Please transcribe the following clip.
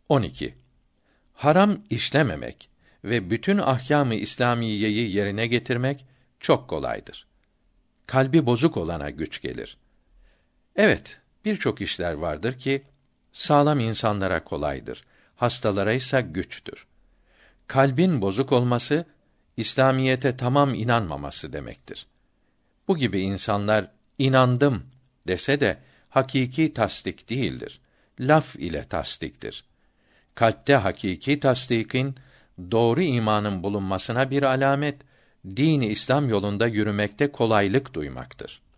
12. Haram işlememek ve bütün ahkâm-ı İslamiyeyi yerine getirmek çok kolaydır. Kalbi bozuk olana güç gelir. Evet, birçok işler vardır ki sağlam insanlara kolaydır, hastalara ise güçtür. Kalbin bozuk olması İslamiyete tamam inanmaması demektir. Bu gibi insanlar inandım dese de hakiki tasdik değildir. Laf ile tasdiktir. Kalpte hakiki tasdikin, doğru imanın bulunmasına bir alamet, din-i İslam yolunda yürümekte kolaylık duymaktır.